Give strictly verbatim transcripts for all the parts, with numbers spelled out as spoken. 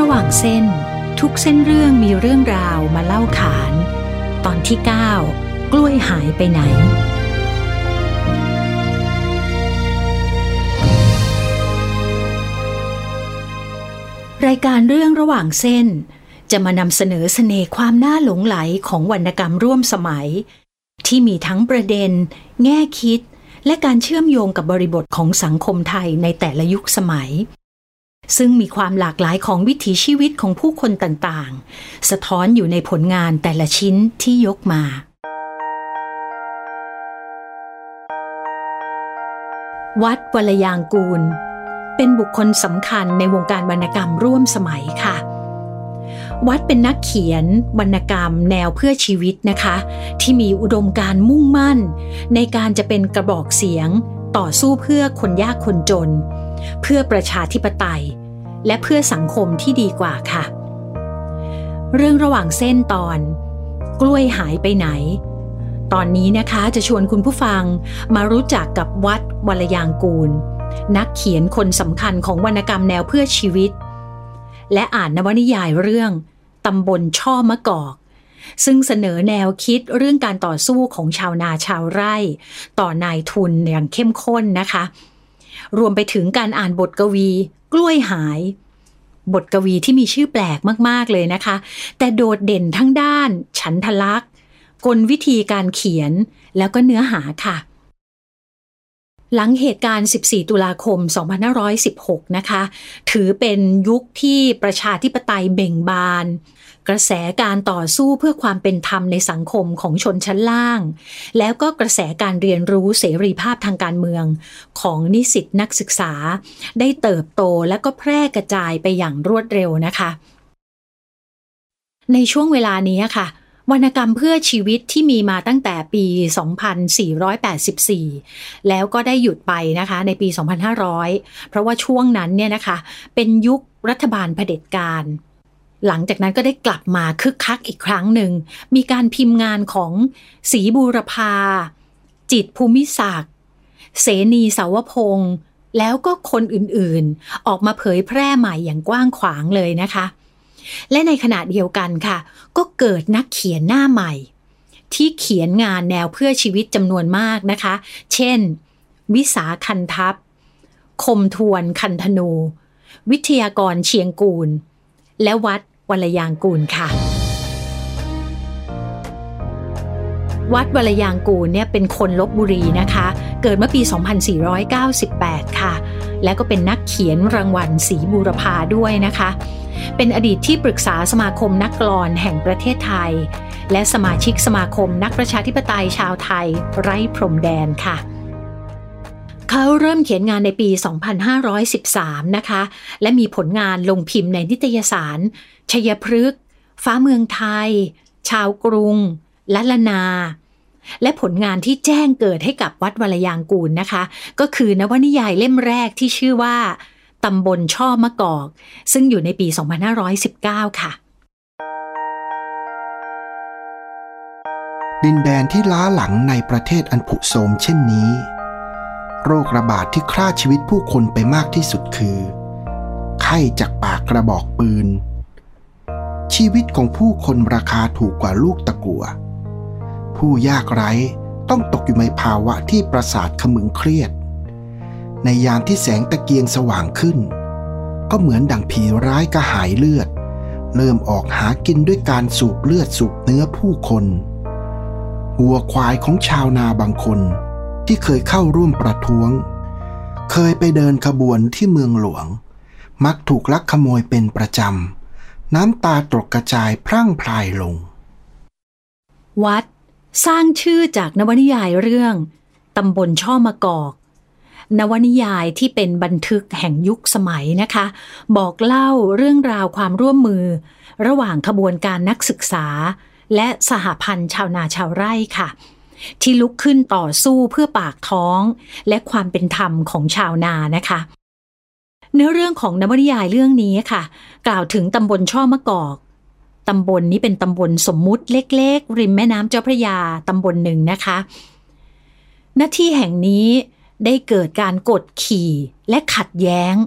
ระหว่างเส้นทุกเส้นเรื่องมีเรื่องราวมาเล่าขานตอนที่เก้ากล้วยหายไปไหนรายการเรื่องระหว่างเส้นจะมานำเสนอเสน่ห์ความน่าหลงไหลของวรรณกรรมร่วมสมัยที่มีทั้งประเด็นแง่คิดและการเชื่อมโยงกับบริบทของสังคมไทยในแต่ละยุคสมัยซึ่งมีความหลากหลายของวิถีชีวิตของผู้คนต่างๆสะท้อนอยู่ในผลงานแต่ละชิ้นที่ยกมาวัดวรยางกูลเป็นบุคคลสำคัญในวงการวรรณกรรมร่วมสมัยค่ะวัดเป็นนักเขียนวรรณกรรมแนวเพื่อชีวิตนะคะที่มีอุดมการณ์มุ่งมั่นในการจะเป็นกระบอกเสียงต่อสู้เพื่อคนยากคนจนเพื่อประชาธิปไตยและเพื่อสังคมที่ดีกว่าค่ะเรื่องระหว่างเส้นตอนกล้วยหายไปไหนตอนนี้นะคะจะชวนคุณผู้ฟังมารู้จักกับวัดวรยางกูลนักเขียนคนสำคัญของวรรณกรรมแนวเพื่อชีวิตและอ่านนวนิยายเรื่องตำบลช่อมะกอกซึ่งเสนอแนวคิดเรื่องการต่อสู้ของชาวนาชาวไร่ต่อนายทุนอย่างเข้มข้นนะคะรวมไปถึงการอ่านบทกวีกล้วยหายบทกวีที่มีชื่อแปลกมากๆเลยนะคะแต่โดดเด่นทั้งด้านฉันทลักษณ์กลวิธีการเขียนแล้วก็เนื้อหาค่ะหลังเหตุการณ์สิบสี่ตุลาคมสองพันห้าร้อยสิบหกนะคะถือเป็นยุคที่ประชาธิปไตยเบ่งบานกระแสการต่อสู้เพื่อความเป็นธรรมในสังคมของชนชั้นล่างแล้วก็กระแสการเรียนรู้เสรีภาพทางการเมืองของนิสิตนักศึกษาได้เติบโตและก็แพร่กระจายไปอย่างรวดเร็วนะคะในช่วงเวลานี้ค่ะวรรณกรรมเพื่อชีวิตที่มีมาตั้งแต่ปีสองพันสี่ร้อยแปดสิบสี่แล้วก็ได้หยุดไปนะคะในปีสองพันห้าร้อยเพราะว่าช่วงนั้นเนี่ยนะคะเป็นยุครัฐบาลเผด็จการหลังจากนั้นก็ได้กลับมาคึกคักอีกครั้งหนึ่งมีการพิมพ์งานของศรีบูรพาจิตรภูมิศักดิ์เสนีสาวพงษ์แล้วก็คนอื่นๆออกมาเผยแพร่ใหม่อย่างกว้างขวางเลยนะคะและในขณะเดียวกันค่ะก็เกิดนักเขียนหน้าใหม่ที่เขียนงานแนวเพื่อชีวิตจำนวนมากนะคะเช่นวิสาคันทัพคมทวนคันธนูวิทยากรเชียงกูลและวัดวรยางกูลค่ะวัดวรยางกูลเนี่ยเป็นคนลพบุรีนะคะเกิดเมื่อปีสองพันสี่ร้อยเก้าสิบแปดค่ะและก็เป็นนักเขียนรางวัลศรีบูรพาด้วยนะคะเป็นอดีตที่ปรึกษาสมาคมนักกลอนแห่งประเทศไทยและสมาชิกสมาคมนักประชาธิปไตยชาวไทยไร้พรมแดนค่ะเขาเริ่มเขียนงานในปีสองพันห้าร้อยสิบสามนะคะและมีผลงานลงพิมพ์ในนิตยสารชัยพฤกษ์ฟ้าเมืองไทยชาวกรุงละละนาและผลงานที่แจ้งเกิดให้กับวัดวรยางกูลนะคะก็คือนวนิยายเล่มแรกที่ชื่อว่าตำบลช่อมะกอกซึ่งอยู่ในปีสองพันห้าร้อยสิบเก้าค่ะดินแดนที่ล้าหลังในประเทศอันผุโทรมเช่นนี้โรคระบาดที่ฆ่าชีวิตผู้คนไปมากที่สุดคือไข้จากปากกระบอกปืนชีวิตของผู้คนราคาถูกกว่าลูกตะกั่วผู้ยากไร้ต้องตกอยู่ในภาวะที่ประสาทขมึงเครียดในยามที่แสงตะเกียงสว่างขึ้นก็เหมือนดั่งผีร้ายกระหายเลือดเริ่มออกหากินด้วยการสูบเลือดสูบเนื้อผู้คนวัวควายของชาวนาบางคนที่เคยเข้าร่วมประท้วงเคยไปเดินขบวนที่เมืองหลวงมักถูกลักขโมยเป็นประจำน้ำตาตกกระจายพรั่งพรายลงวัดสร้างชื่อจากนวนิยายเรื่องตำบลช่อมะกอกนวนิยายที่เป็นบันทึกแห่งยุคสมัยนะคะบอกเล่าเรื่องราวความร่วมมือระหว่างขบวนการนักศึกษาและสหพันธ์ชาวนาชาวไร่ค่ะที่ลุกขึ้นต่อสู้เพื่อปากท้องและความเป็นธรรมของชาวนานะคะเนื้อเรื่องของนวนิยายเรื่องนี้ค่ะกล่าวถึงตำบลช่อมะกอกตำบลนี้เป็นตำบลสมมุติเล็กๆริมแม่น้ำเจ้าพระยาตำบลหนึ่งนะคะณที่แห่งนี้ได้เกิดการกดขี่และขัดแย้ง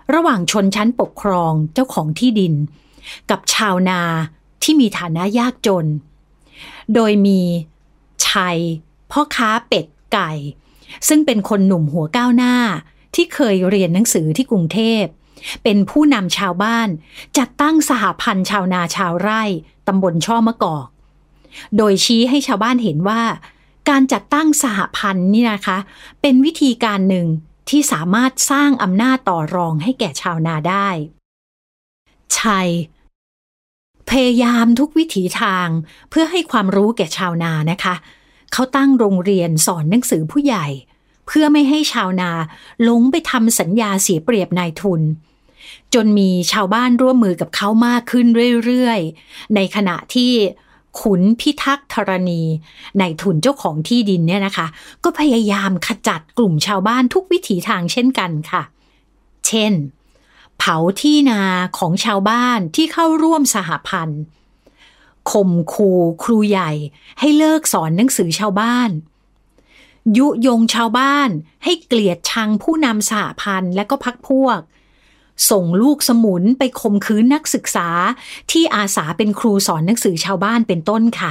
ระหว่างชนชั้นปกครองเจ้าของที่ดินกับชาวนาที่มีฐานะยากจนโดยมีชัยพ่อค้าเป็ดไก่ซึ่งเป็นคนหนุ่มหัวก้าวหน้าที่เคยเรียนหนังสือที่กรุงเทพเป็นผู้นำชาวบ้านจัดตั้งสหพันธ์ชาวนาชาวไร่ตำบลช่อมะกอกโดยชี้ให้ชาวบ้านเห็นว่าการจัดตั้งสหพันธ์นี่นะคะเป็นวิธีการหนึ่งที่สามารถสร้างอำนาจต่อรองให้แก่ชาวนาได้ชัยพยายามทุกวิถีทางเพื่อให้ความรู้แก่ชาวนานะคะเขาตั้งโรงเรียนสอนหนังสือผู้ใหญ่เพื่อไม่ให้ชาวนาหลงไปทำสัญญาเสียเปรียบนายทุนจนมีชาวบ้านร่วมมือกับเขามากขึ้นเรื่อยๆในขณะที่ขุนพิทักษ์ธรณีนายทุนเจ้าของที่ดินเนี่ยนะคะก็พยายามขจัดกลุ่มชาวบ้านทุกวิถีทางเช่นกันค่ะเช่นเผาที่นาของชาวบ้านที่เข้าร่วมสหพันธ์ข่มขู่ครูใหญ่ให้เลิกสอนหนังสือชาวบ้านยุยงชาวบ้านให้เกลียดชังผู้นำสหพันธ์และก็พรรคพวกส่งลูกสมุนไปข่มขืนนักศึกษาที่อาสาเป็นครูสอนหนังสือชาวบ้านเป็นต้นค่ะ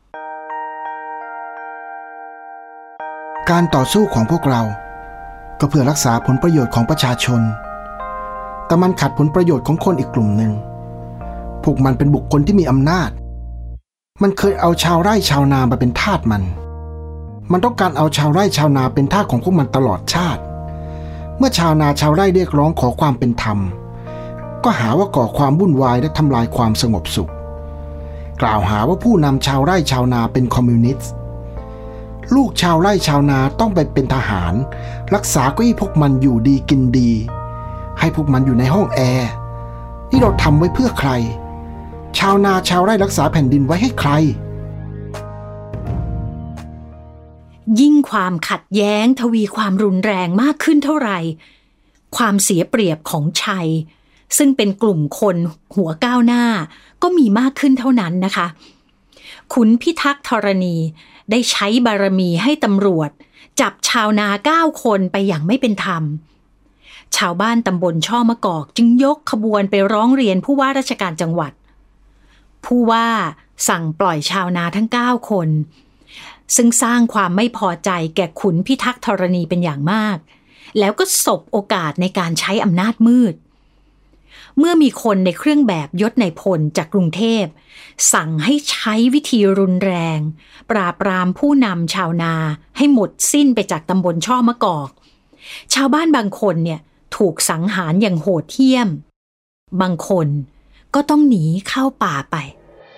การต่อสู้ของพวกเราก็เพื่อรักษาผลประโยชน์ของประชาชนแต่มันขัดผลประโยชน์ของคนอีกกลุ่มหนึ่งพวกมันเป็นบุคคลที่มีอำนาจมันเคยเอาชาวไร่ชาวนามาเป็นทาสมันมันต้องการเอาชาวไร่ชาวนาเป็นทาสของพวกมันตลอดชาติเมื่อชาวนาชาวไร่เรียกร้องขอความเป็นธรรมก็หาว่าก่อความวุ่นวายและทำลายความสงบสุขกล่าวหาว่าผู้นำชาวไร่ชาวนาเป็นคอมมิวนิสต์ลูกชาวไร่ชาวนาต้องไปเป็นทหารรักษาเก้าอี้พวกมันอยู่ดีกินดีให้พวกมันอยู่ในห้องแอร์นี่เราทำไว้เพื่อใครชาวนาชาวไร่รักษาแผ่นดินไว้ให้ใครยิ่งความขัดแย้งทวีความรุนแรงมากขึ้นเท่าไหร่ความเสียเปรียบของชัยซึ่งเป็นกลุ่มคนหัวก้าวหน้าก็มีมากขึ้นเท่านั้นนะคะขุนพิทักษ์ธรณีได้ใช้บารมีให้ตำรวจจับชาวนาเก้าคนไปอย่างไม่เป็นธรรมชาวบ้านตำบลช่อมะกอกจึงยกขบวนไปร้องเรียนผู้ว่าราชการจังหวัดผู้ว่าสั่งปล่อยชาวนาทั้งเก้าคนซึ่งสร้างความไม่พอใจแก่ขุนพิทักษ์ธรณีเป็นอย่างมากแล้วก็สบโอกาสในการใช้อำนาจมืดเมื่อมีคนในเครื่องแบบยศนายพลจากกรุงเทพสั่งให้ใช้วิธีรุนแรงปราบปรามผู้นำชาวนาให้หมดสิ้นไปจากตำบลช่อมะกอกชาวบ้านบางคนเนี่ยถูกสังหารอย่างโหดเหี้ยมบางคนก็ต้องหนีเข้าป่าไป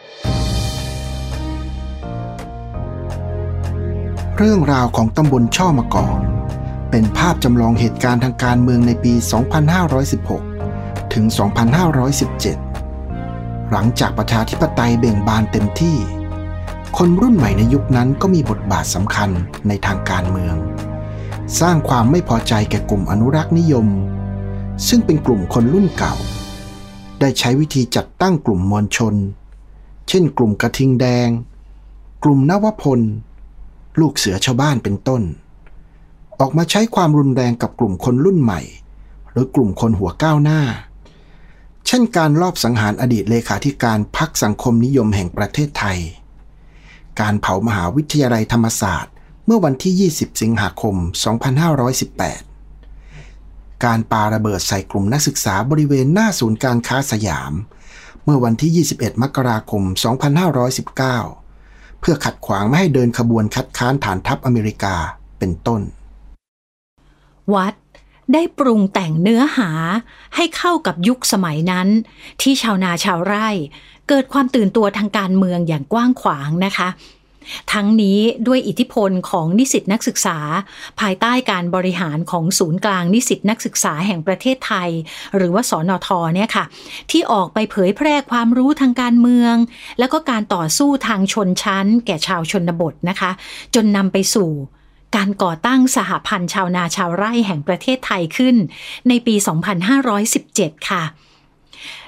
เรื่องราวของตำบลช่อมะกอกเป็นภาพจำลองเหตุการณ์ทางการเมืองในปี สองพันห้าร้อยสิบหก ถึง สองพันห้าร้อยสิบเจ็ด หลังจากประชาธิปไตยเบ่งบานเต็มที่คนรุ่นใหม่ในยุคนั้นก็มีบทบาทสำคัญในทางการเมืองสร้างความไม่พอใจแก่กลุ่มอนุรักษ์นิยมซึ่งเป็นกลุ่มคนรุ่นเก่าได้ใช้วิธีจัดตั้งกลุ่มมวลชนเช่นกลุ่มกระทิงแดงกลุ่มนวพลลูกเสือชาวบ้านเป็นต้นออกมาใช้ความรุนแรงกับกลุ่มคนรุ่นใหม่หรือกลุ่มคนหัวก้าวหน้าเช่นการลอบสังหารอดีตเลขาธิการพรรคสังคมนิยมแห่งประเทศไทยการเผามหาวิทยาลัยธรรมศาสตร์เมื่อวันที่ยี่สิบสิงหาคมสองพันห้าร้อยสิบแปดการปาระเบิดใส่กลุ่มนักศึกษาบริเวณหน้าศูนย์การค้าสยามเมื่อวันที่ยี่สิบเอ็ดมกราคมสองพันห้าร้อยสิบเก้าเพื่อขัดขวางไม่ให้เดินขบวนคัดค้านฐานทัพอเมริกาเป็นต้นวัดได้ปรุงแต่งเนื้อหาให้เข้ากับยุคสมัยนั้นที่ชาวนาชาวไร่เกิดความตื่นตัวทางการเมืองอย่างกว้างขวางนะคะทั้งนี้ด้วยอิทธิพลของนิสิตนักศึกษาภายใต้การบริหารของศูนย์กลางนิสิตนักศึกษาแห่งประเทศไทยหรือว่าสนท.เนี่ยค่ะที่ออกไปเผยแพร่ความรู้ทางการเมืองแล้วก็การต่อสู้ทางชนชั้นแก่ชาวชนบทนะคะจนนำไปสู่การก่อตั้งสหพันธ์ชาวนาชาวไร่แห่งประเทศไทยขึ้นในปี สองพันห้าร้อยสิบเจ็ด ค่ะ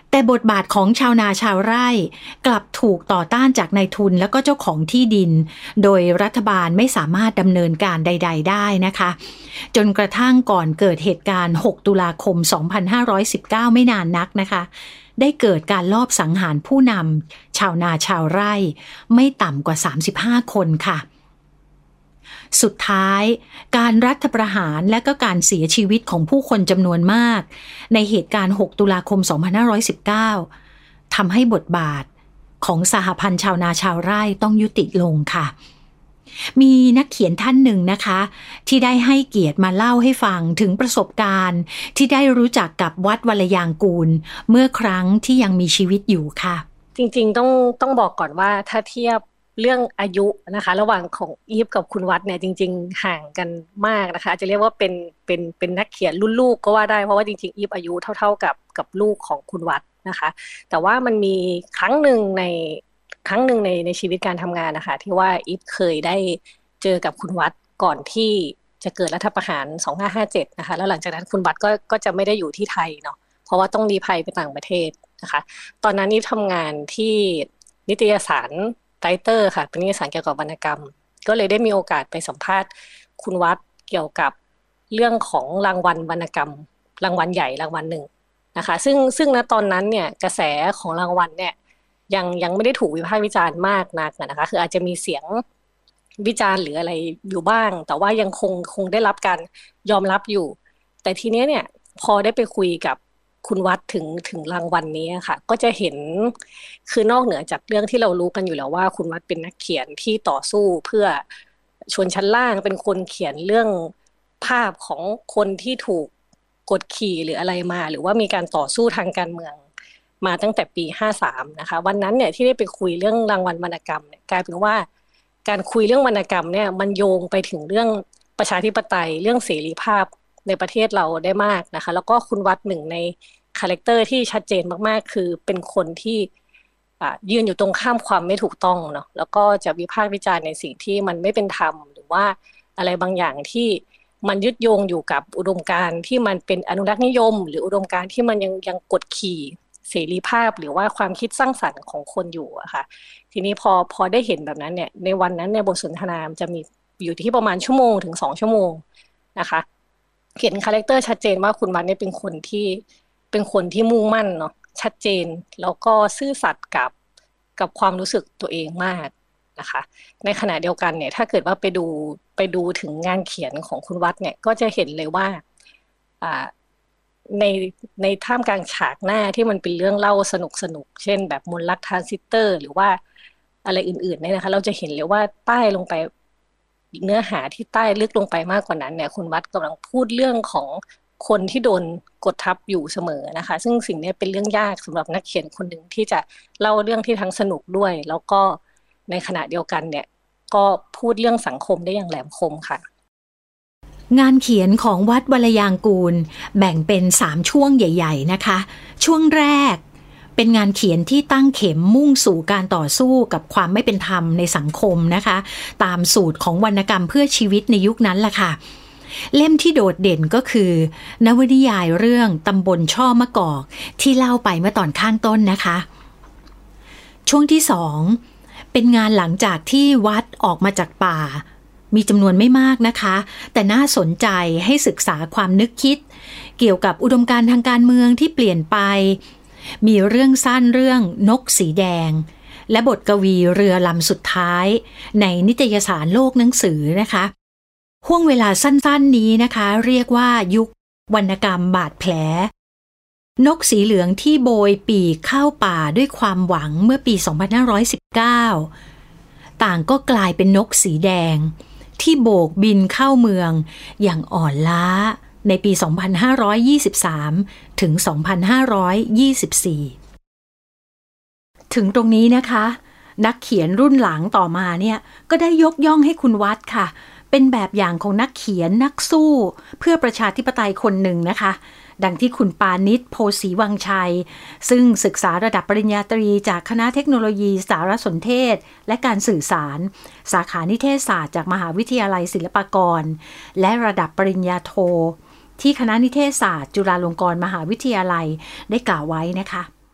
แต่บทบาทของชาวนาชาวไร่กลับถูกต่อต้านจากนายทุนและก็เจ้าของที่ดินโดยรัฐบาลไม่สามารถดำเนินการใดๆได้นะคะจนกระทั่งก่อนเกิดเหตุการณ์หกตุลาคมสองพันห้าร้อยสิบเก้าไม่นานนักนะคะได้เกิดการลอบสังหารผู้นำชาวนาชาวไร่ไม่ต่ำกว่าสามสิบห้าคนค่ะสุดท้ายการรัฐประหารและก็การเสียชีวิตของผู้คนจำนวนมากในเหตุการณ์หกตุลาคมสองพันห้าร้อยสิบเก้าทำให้บทบาทของสหพันธ์ชาวนาชาวไร่ต้องยุติลงค่ะมีนักเขียนท่านหนึ่งนะคะที่ได้ให้เกียรติมาเล่าให้ฟังถึงประสบการณ์ที่ได้รู้จักกับวัดวรยางกูลเมื่อครั้งที่ยังมีชีวิตอยู่ค่ะจริงๆต้องต้องบอกก่อนว่าถ้าเทียบเรื่องอายุนะคะระหว่างของอีฟกับคุณวัดเนี่ยจริงๆห่างกันมากนะคะอาจจะเรียกว่าเป็นเป็นเป็นนักเขียนรุ่นลูกก็ว่าได้เพราะว่าจริงๆอีฟอายุเท่าๆกับกับลูกของคุณวัดนะคะแต่ว่ามันมีครั้งหนึ่งในครั้งหนึ่งในในชีวิตการทำงานนะคะที่ว่าอีฟเคยได้เจอกับคุณวัดก่อนที่จะเกิดรัฐประหารสองพันห้าร้อยห้าสิบเจ็ดนะคะแล้วหลังจากนั้นคุณวัดก็ก็จะไม่ได้อยู่ที่ไทยเนาะเพราะว่าต้องลี้ภัยไปต่างประเทศนะคะตอนนั้นอีฟทำงานที่นิตยสารไตเตอร์ค่ะเป็นนิตยสารเกี่ยวกับวรรณกรรมก็เลยได้มีโอกาสไปสัมภาษณ์คุณวัดเกี่ยวกับเรื่องของรางวัลวรรณกรรมรางวัลใหญ่รางวัลหนึ่งนะคะซึ่งซึ่งณตอนนั้นเนี่ยกระแสของรางวัลเนี่ยยังยังไม่ได้ถูกวิพากษ์วิจารณ์มากนักนะคะคืออาจจะมีเสียงวิจารณ์หรืออะไรอยู่บ้างแต่ว่ายังคงคงได้รับการยอมรับอยู่แต่ทีนี้เนี่ยพอได้ไปคุยกับคุณวัดถึงถึงรางวัล นี้ค่ะก็จะเห็นคือนอกเหนือจากเรื่องที่เรารู้กันอยู่แล้วว่าคุณวัดเป็นนักเขียนที่ต่อสู้เพื่อชนชั้นล่างเป็นคนเขียนเรื่องภาพของคนที่ถูกกดขี่หรืออะไรมาหรือว่ามีการต่อสู้ทางการเมืองมาตั้งแต่ปีห้าสามนะคะวันนั้นเนี่ยที่ได้ไปคุยเรื่องรางวัลวรรณกรรมเนี่ยกลายเป็นว่าการคุยเรื่องวรรณกรรมเนี่ยมันโยงไปถึงเรื่องประชาธิปไตยเรื่องเสรีภาพในประเทศเราได้มากนะคะแล้วก็คุณวัดหนึ่งในคาแรคเตอร์ที่ชัดเจนมากๆคือเป็นคนที่ยืนอยู่ตรงข้ามความไม่ถูกต้องเนาะแล้วก็จะวิพากษ์วิจารณ์ในสิ่งที่มันไม่เป็นธรรมหรือว่าอะไรบางอย่างที่มันยึดโยงอยู่กับอุดมการณ์ที่มันเป็นอนุรักษ์นิยมหรืออุดมการณ์ที่มันยังยังกดขี่เสรีภาพหรือว่าความคิดสร้างสรรค์ของคนอยู่อะค่ะทีนี้พอพอได้เห็นแบบนั้นเนี่ยในวันนั้นในบทสนทนาจะมีอยู่ที่ประมาณชั่วโมงถึงสองชั่วโมงนะคะเห็นคาแรคเตอร์ชัดเจนว่าคุณวัดเนี่ยเป็นคนที่เป็นคนที่มุ่งมั่นเนาะชัดเจนแล้วก็ซื่อสัตย์กับกับความรู้สึกตัวเองมากนะคะในขณะเดียวกันเนี่ยถ้าเกิดว่าไปดูไปดูถึงงานเขียนของคุณวัดเนี่ยก็จะเห็นเลยว่าอ่าในในท่ามกลางฉากหน้าที่มันเป็นเรื่องเล่าสนุกสนุกเช่นแบบมนต์รักทรานซิสเตอร์หรือว่าอะไรอื่นๆเนี่ยนะคะเราจะเห็นเลยว่าใต้ลงไปเนื้อหาที่ใต้ลึกลงไปมากกว่านั้นเนี่ยคุณวัดกำลังพูดเรื่องของคนที่โดนกดทับอยู่เสมอนะคะซึ่งสิ่งนี้เป็นเรื่องยากสำหรับนักเขียนคนหนึ่งที่จะเล่าเรื่องที่ทั้งสนุกด้วยแล้วก็ในขณะเดียวกันเนี่ยก็พูดเรื่องสังคมได้อย่างแหลมคมค่ะงานเขียนของวัดวรยางกูลแบ่งเป็นสามช่วงใหญ่ๆนะคะช่วงแรกเป็นงานเขียนที่ตั้งเข็มมุ่งสู่การต่อสู้กับความไม่เป็นธรรมในสังคมนะคะตามสูตรของวรรณกรรมเพื่อชีวิตในยุคนั้นล่ะค่ะเล่มที่โดดเด่นก็คือนวนิยายเรื่องตำบลช่อมะกอกที่เล่าไปเมื่อตอนข้างต้นนะคะช่วงที่สองเป็นงานหลังจากที่วัดออกมาจากป่ามีจำนวนไม่มากนะคะแต่น่าสนใจให้ศึกษาความนึกคิดเกี่ยวกับอุดมการณ์ทางการเมืองที่เปลี่ยนไปมีเรื่องสั้นเรื่องนกสีแดงและบทกวีเรือลำสุดท้ายในนิตยสารโลกหนังสือนะคะห่วงเวลาสั้นๆนี้นะคะเรียกว่ายุควรรณกรรมบาดแผลนกสีเหลืองที่โบยปีกเข้าป่าด้วยความหวังเมื่อปีสองพันห้าร้อยสิบเก้าต่างก็กลายเป็นนกสีแดงที่โบกบินเข้าเมืองอย่างอ่อนล้าในปีสองพันห้าร้อยยี่สิบสามถึงสองพันห้าร้อยยี่สิบสี่ถึงตรงนี้นะคะนักเขียนรุ่นหลังต่อมาเนี่ยก็ได้ยกย่องให้คุณวัดค่ะเป็นแบบอย่างของนักเขียนนักสู้เพื่อประชาธิปไตยคนหนึ่งนะคะดังที่คุณปานิช โพสีวังชัยซึ่งศึกษาระดับปริญญาตรีจากคณะเทคโนโลยีสารสนเทศและการสื่อสารสาขานิเทศศาสตร์จากมหาวิทยาลัยศิลปากรและระดับปริญญาโทที่คณะนิเทศศาสตร์จุฬาลงกรณ์มหาวิทยาลัยได้กล่าวไว้นะคะ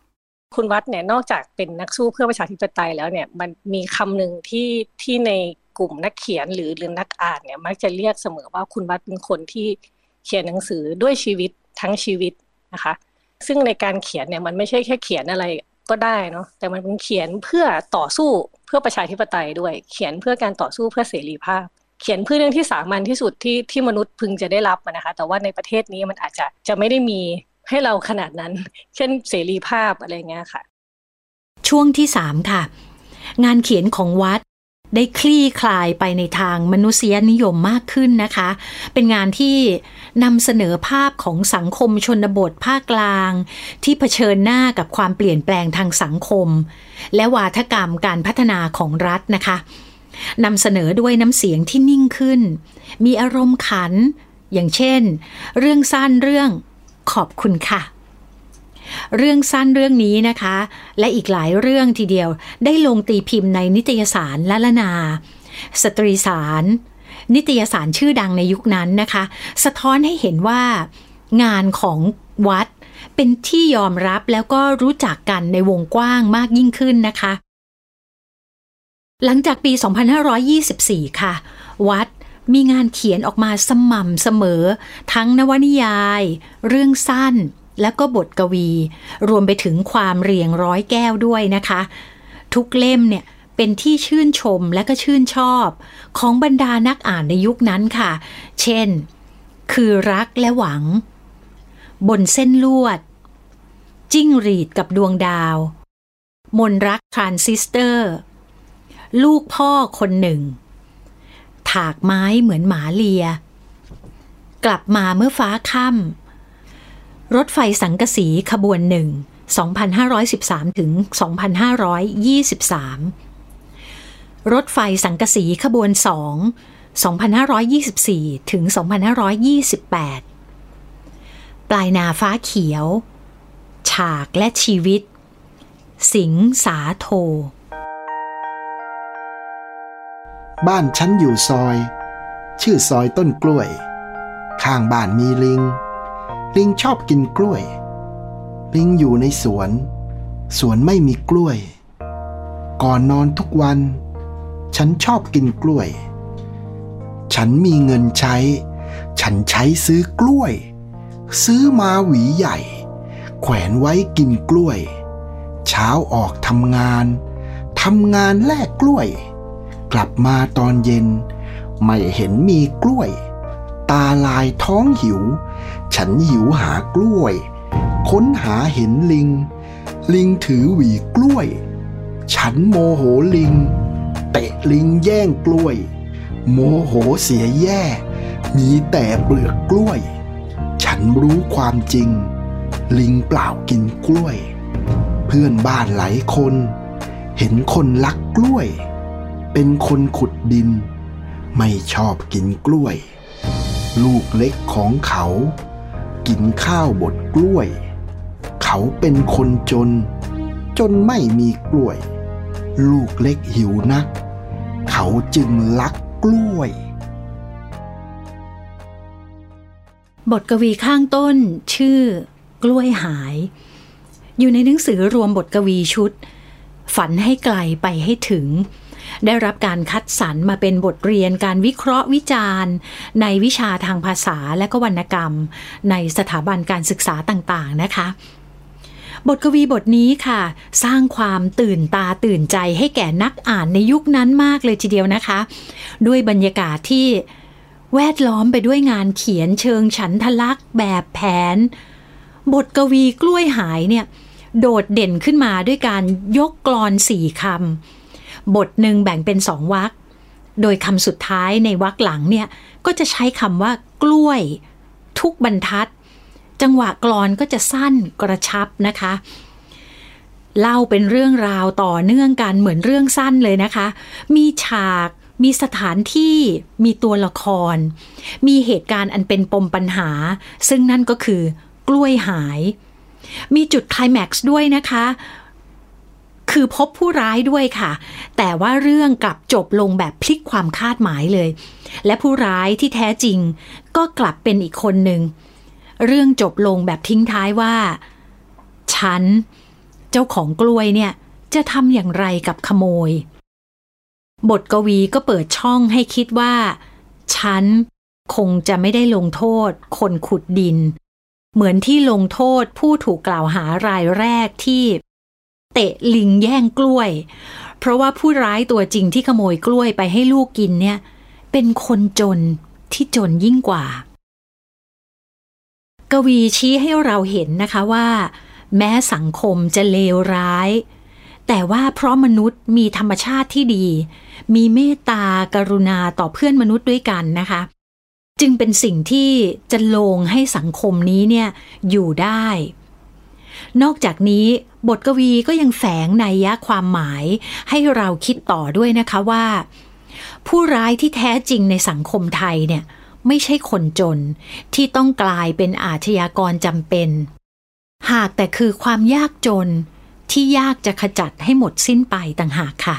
คุณวัดเนี่ยนอกจากเป็นนักสู้เพื่อประชาธิปไตยแล้วเนี่ยมันมีคำหนึ่งที่ที่ในกลุ่มนักเขียนหรือหรือนักอ่านเนี่ยมักจะเรียกเสมอว่าคุณวัดเป็นคนที่เขียนหนังสือด้วยชีวิตทั้งชีวิตนะคะซึ่งในการเขียนเนี่ยมันไม่ใช่แค่เขียนอะไรก็ได้เนาะแต่มันเป็นเขียนเพื่อต่อสู้เพื่อประชาธิปไตยด้วยเขียนเพื่อการต่อสู้เพื่อเสรีภาพเขียนเพื่อเรื่องที่สามัญที่สุดที่ที่มนุษย์พึงจะได้รับนะคะแต่ว่าในประเทศนี้มันอาจจะจะไม่ได้มีให้เราขนาดนั้นเช่นเสรีภาพอะไรเงี้ยค่ะช่วงที่สามค่ะงานเขียนของวัดได้คลี่คลายไปในทางมนุษยนิยมมากขึ้นนะคะเป็นงานที่นำเสนอภาพของสังคมชนบทภาคกลางที่เผชิญหน้ากับความเปลี่ยนแปลงทางสังคมและวาทกรรมการพัฒนาของรัฐนะคะนำเสนอด้วยน้ำเสียงที่นิ่งขึ้นมีอารมณ์ขันอย่างเช่นเรื่องสั้นเรื่องขอบคุณค่ะเรื่องสั้นเรื่องนี้นะคะและอีกหลายเรื่องทีเดียวได้ลงตีพิมพ์ในนิตยสารละละนาสตรีสารนิตยสารชื่อดังในยุคนั้นนะคะสะท้อนให้เห็นว่างานของวัดเป็นที่ยอมรับแล้วก็รู้จักกันในวงกว้างมากยิ่งขึ้นนะคะหลังจากปีสองพันห้าร้อยยี่สิบสี่ค่ะวัดมีงานเขียนออกมาสม่ำเสมอทั้งนวนิยายเรื่องสั้นแล้วก็บทกวีรวมไปถึงความเรียงร้อยแก้วด้วยนะคะทุกเล่มเนี่ยเป็นที่ชื่นชมและก็ชื่นชอบของบรรดานักอ่านในยุคนั้นค่ะเช่นคือรักและหวังบนเส้นลวดจิ้งหรีดกับดวงดาวมนรักทรานซิสเตอร์ลูกพ่อคนหนึ่งถากไม้เหมือนหมาเลียกลับมาเมื่อฟ้าค่ำรถไฟสังกะสีขบวนหนึ่ง สองพันห้าร้อยสิบสาม ถึง สองพันห้าร้อยยี่สิบสาม รถไฟสังกะสีขบวนสอง สองพันห้าร้อยยี่สิบสี่ ถึง สองพันห้าร้อยยี่สิบแปด ปลายนาฟ้าเขียวฉากและชีวิตสิงสาโทบ้านฉันอยู่ซอยชื่อซอยต้นกล้วยข้างบ้านมีลิงลิงชอบกินกล้วยลิงอยู่ในสวนสวนไม่มีกล้วยก่อนนอนทุกวันฉันชอบกินกล้วยฉันมีเงินใช้ฉันใช้ซื้อกล้วยซื้อมาหวีใหญ่แขวนไว้กินกล้วยเช้าออกทำงานทำงานแลกกล้วยกลับมาตอนเย็นไม่เห็นมีกล้วยตาลายท้องหิวฉันหิวหากล้วยค้นหาเห็นลิงลิงถือหวีกล้วยฉันโมโหลิงเตะลิงแย่งกล้วยโมโหเสียแย่มีแต่เปลือกกล้วยฉันรู้ความจริงลิงเปล่ากินกล้วยเพื่อนบ้านหลายคนเห็นคนลักกล้วยเป็นคนขุดดินไม่ชอบกินกล้วยลูกเล็กของเขากินข้าวบดกล้วยเขาเป็นคนจนจนไม่มีกล้วยลูกเล็กหิวนักเขาจึงลักกล้วยบทกวีข้างต้นชื่อกล้วยหายอยู่ในหนังสือรวมบทกวีชุดฝันให้ไกลไปให้ถึงได้รับการคัดสรรมาเป็นบทเรียนการวิเคราะห์วิจารณ์ในวิชาทางภาษาและก็วรรณกรรมในสถาบันการศึกษาต่างๆนะคะบทกวีบทนี้ค่ะสร้างความตื่นตาตื่นใจให้แก่นักอ่านในยุคนั้นมากเลยทีเดียวนะคะด้วยบรรยากาศที่แวดล้อมไปด้วยงานเขียนเชิงฉันทลักษณ์แบบแผนบทกวีกล้วยหายเนี่ยโดดเด่นขึ้นมาด้วยการยกกลอนสี่คำบทหนึ่งแบ่งเป็นสองวรรคโดยคำสุดท้ายในวรรคหลังเนี่ยก็จะใช้คำว่ากล้วยทุกบรรทัดจังหวะกลอนก็จะสั้นกระชับนะคะเล่าเป็นเรื่องราวต่อเนื่องกันเหมือนเรื่องสั้นเลยนะคะมีฉากมีสถานที่มีตัวละครมีเหตุการณ์อันเป็นปมปัญหาซึ่งนั่นก็คือกล้วยหายมีจุดไคลแม็กซ์ด้วยนะคะคือพบผู้ร้ายด้วยค่ะแต่ว่าเรื่องกลับจบลงแบบพลิกความคาดหมายเลยและผู้ร้ายที่แท้จริงก็กลับเป็นอีกคนหนึ่งเรื่องจบลงแบบทิ้งท้ายว่าฉันเจ้าของกล้วยเนี่ยจะทำอย่างไรกับขโมยบทกวีก็เปิดช่องให้คิดว่าฉันคงจะไม่ได้ลงโทษคนขุดดินเหมือนที่ลงโทษผู้ถูกกล่าวหารายแรกที่เตะลิงแย่งกล้วยเพราะว่าผู้ร้ายตัวจริงที่ขโมยกล้วยไปให้ลูกกินเนี่ยเป็นคนจนที่จนยิ่งกว่ากวีชี้ให้เราเห็นนะคะว่าแม้สังคมจะเลวร้ายแต่ว่าเพราะมนุษย์มีธรรมชาติที่ดีมีเมตตากรุณาต่อเพื่อนมนุษย์ด้วยกันนะคะจึงเป็นสิ่งที่จะลงให้สังคมนี้เนี่ยอยู่ได้นอกจากนี้บทกวีก็ยังแฝงนัยยะความหมายให้เราคิดต่อด้วยนะคะว่าผู้ร้ายที่แท้จริงในสังคมไทยเนี่ยไม่ใช่คนจนที่ต้องกลายเป็นอาชญากรจำเป็นหากแต่คือความยากจนที่ยากจะขจัดให้หมดสิ้นไปต่างหากค่ะ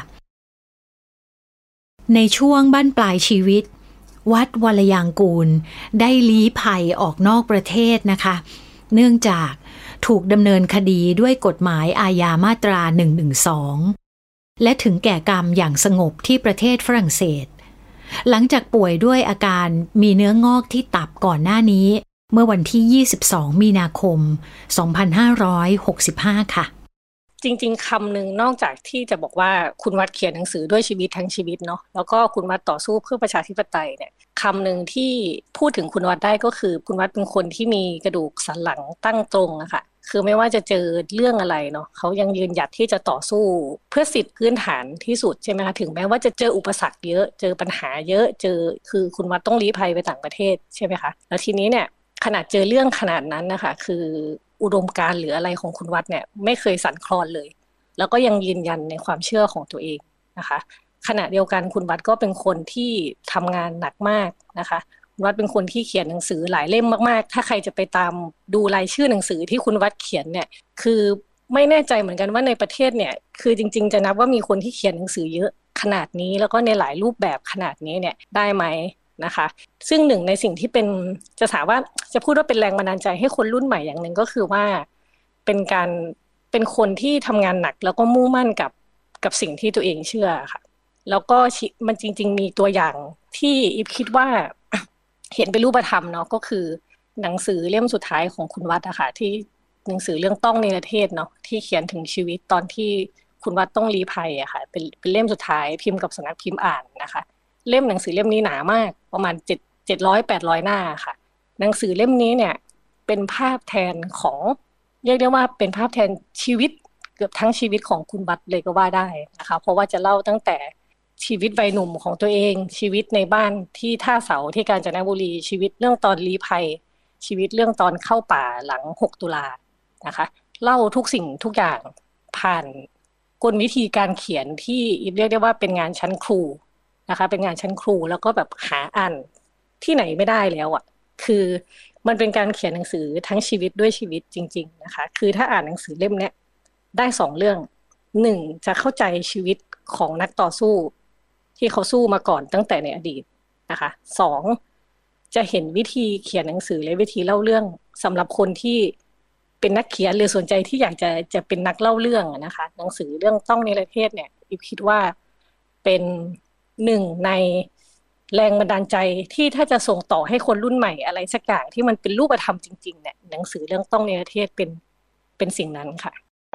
ในช่วงบั้นปลายชีวิตวัดวรยางกูลได้ลี้ภัยออกนอกประเทศนะคะเนื่องจากถูกดำเนินคดีด้วยกฎหมายอาญามาตราหนึ่งหนึ่งสองและถึงแก่กรรมอย่างสงบที่ประเทศฝรั่งเศสหลังจากป่วยด้วยอาการมีเนื้องอกที่ตับก่อนหน้านี้เมื่อวันที่ยี่สิบสองมีนาคมสองพันห้าร้อยหกสิบห้าค่ะจริงๆคำหนึ่งนอกจากที่จะบอกว่าคุณวัดเขียนหนังสือด้วยชีวิตทั้งชีวิตเนาะแล้วก็คุณวัดต่อสู้เพื่อประชาธิปไตยเนี่ยคำหนึ่งที่พูดถึงคุณวัดได้ก็คือคุณวัดเป็นคนที่มีกระดูกสันหลังตั้งตรงอะค่ะคือไม่ว่าจะเจอเรื่องอะไรเนาะเขายังยืนหยัดที่จะต่อสู้เพื่อสิทธิพื้นฐานที่สุดใช่ไหมคะถึงแม้ว่าจะเจออุปสรรคเยอะเจอปัญหาเยอะเจอคือคุณวัดต้องลี้ภัยไปต่างประเทศใช่ไหมคะแล้วทีนี้เนี่ยขนาดเจอเรื่องขนาดนั้นนะคะคืออุดมการณ์หรืออะไรของคุณวัดเนี่ยไม่เคยสั่นคลอนเลยแล้วก็ยังยืนยันในความเชื่อของตัวเองนะคะขณะเดียวกันคุณวัดก็เป็นคนที่ทำงานหนักมากนะคะคุณวัดเป็นคนที่เขียนหนังสือหลายเล่มมากๆถ้าใครจะไปตามดูรายชื่อหนังสือที่คุณวัดเขียนเนี่ยคือไม่แน่ใจเหมือนกันว่าในประเทศเนี่ยคือจริงๆจะนับว่ามีคนที่เขียนหนังสือเยอะขนาดนี้แล้วก็ในหลายรูปแบบขนาดนี้เนี่ยได้ไหมนะคะซึ่งหนึ่งในสิ่งที่เป็นจะถามว่าจะพูดว่าเป็นแรงบันดาลใจให้คนรุ่นใหม่อย่างหนึ่งก็คือว่าเป็นการเป็นคนที่ทำงานหนักแล้วก็มุ่งมั่นกับกับสิ่งที่ตัวเองเชื่อค่ะแล้วก็มันจริงๆมีตัวอย่างที่อีฟคิดว่าเห็นเป็นรูปธรรมเนาะก็คือหนังสือเล่มสุดท้ายของคุณวัดอะค่ะที่หนังสือเรื่องต้องเนรเทศเนาะที่เขียนถึงชีวิตตอนที่คุณวัดต้องลี้ภัยอะค่ะเป็นเป็นเล่มสุดท้ายพิมพ์กับสำนักพิมพ์อ่านนะคะเล่มหนังสือเล่มนี้หนามากประมาณเจ็ด เจ็ดร้อย แปดร้อยหน้าค่ะหนังสือเล่มนี้เนี่ยเป็นภาพแทนของเรียกได้ว่าเป็นภาพแทนชีวิตเกือบทั้งชีวิตของคุณวัดเลยก็ว่าได้นะคะเพราะว่าจะเล่าตั้งแต่ชีวิตวัยหนุ่มของตัวเองชีวิตในบ้านที่ท่าเสาที่กาญจนบุรีชีวิตเรื่องตอนลี้ภัยชีวิตเรื่องตอนเข้าป่าหลังหกตุลานะคะเล่าทุกสิ่งทุกอย่างผ่านกลวิธีการเขียนที่เรียกได้ว่าเป็นงานชั้นครูนะคะเป็นงานชั้นครูแล้วก็แบบหาอ่านที่ไหนไม่ได้แล้วอ่ะคือมันเป็นการเขียนหนังสือทั้งชีวิตด้วยชีวิตจริงๆนะคะคือถ้าอ่านหนังสือเล่มเนี้ยได้สองเรื่องหนึ่งจะเข้าใจชีวิตของนักต่อสู้ที่เขาสู้มาก่อนตั้งแต่ในอดีตนะคะสองจะเห็นวิธีเขียนหนังสือและวิธีเล่าเรื่องสำหรับคนที่เป็นนักเขียนหรือสนใจที่อยากจะจะเป็นนักเล่าเรื่องนะคะหนังสือเรื่องต้องเนรเทศเนี่ยอีฟคิดว่าเป็นหนึ่งในแรงบันดาลใจที่ถ้าจะส่งต่อให้คนรุ่นใหม่อะไรสักอย่างที่มันเป็นรูปธรรมจริงๆเนี่ยหนังสือเรื่องต้องเนรเทศเป็นเป็นสิ่งนั้นค่ะ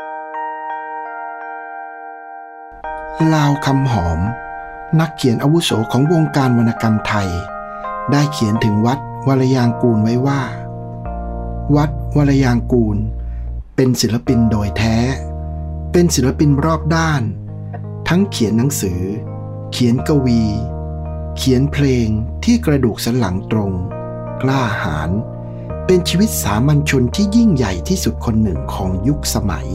ลาวคำหอมนักเขียนอาวุโสของวงการวรรณกรรมไทยได้เขียนถึงวัดวรยางกูลไว้ว่าวัดวรยางกูลเป็นศิลปินโดยแท้เป็นศิลปินรอบด้านทั้งเขียนหนังสือเขียนกวีเขียนเพลงที่กระดูกสันหลังตรงกล้าหาญเป็นชีวิตสามัญชนที่ยิ่งใหญ่ที่สุดคนหนึ่งของยุคสมัย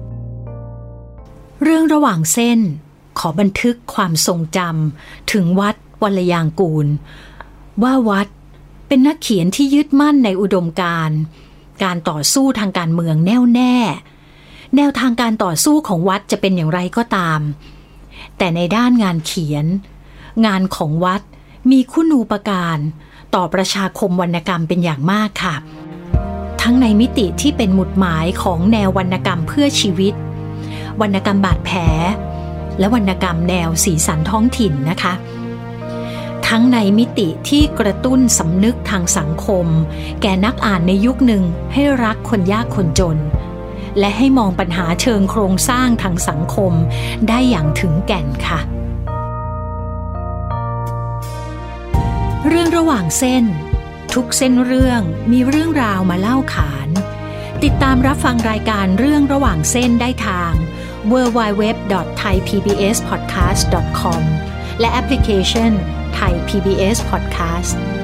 เรื่องระหว่างเส้นขอบันทึกความทรงจำถึงวัดวรยางกูลว่าวัดเป็นนักเขียนที่ยึดมั่นในอุดมการณ์การต่อสู้ทางการเมืองแน่วแน่แนวทางการต่อสู้ของวัดจะเป็นอย่างไรก็ตามแต่ในด้านงานเขียนงานของวัดมีคุณูปการต่อประชาคมวรรณกรรมเป็นอย่างมากค่ะทั้งในมิติที่เป็นหมุดหมายของแนววรรณกรรมเพื่อชีวิตวรรณกรรมบาดแผลและวรรณกรรมแนวสีสันท้องถิ่นนะคะทั้งในมิติที่กระตุ้นสำนึกทางสังคมแก่นักอ่านในยุคหนึ่งให้รักคนยากคนจนและให้มองปัญหาเชิงโครงสร้างทางสังคมได้อย่างถึงแก่นค่ะเรื่องระหว่างเส้นทุกเส้นเรื่องมีเรื่องราวมาเล่าขานติดตามรับฟังรายการเรื่องระหว่างเส้นได้ทาง ดับเบิลยู ดับเบิลยู ดับเบิลยู ดอท ไทย พี บี เอส พอดแคสต์ ดอท คอม และแอปพลิเคชัน Thai พี บี เอส Podcast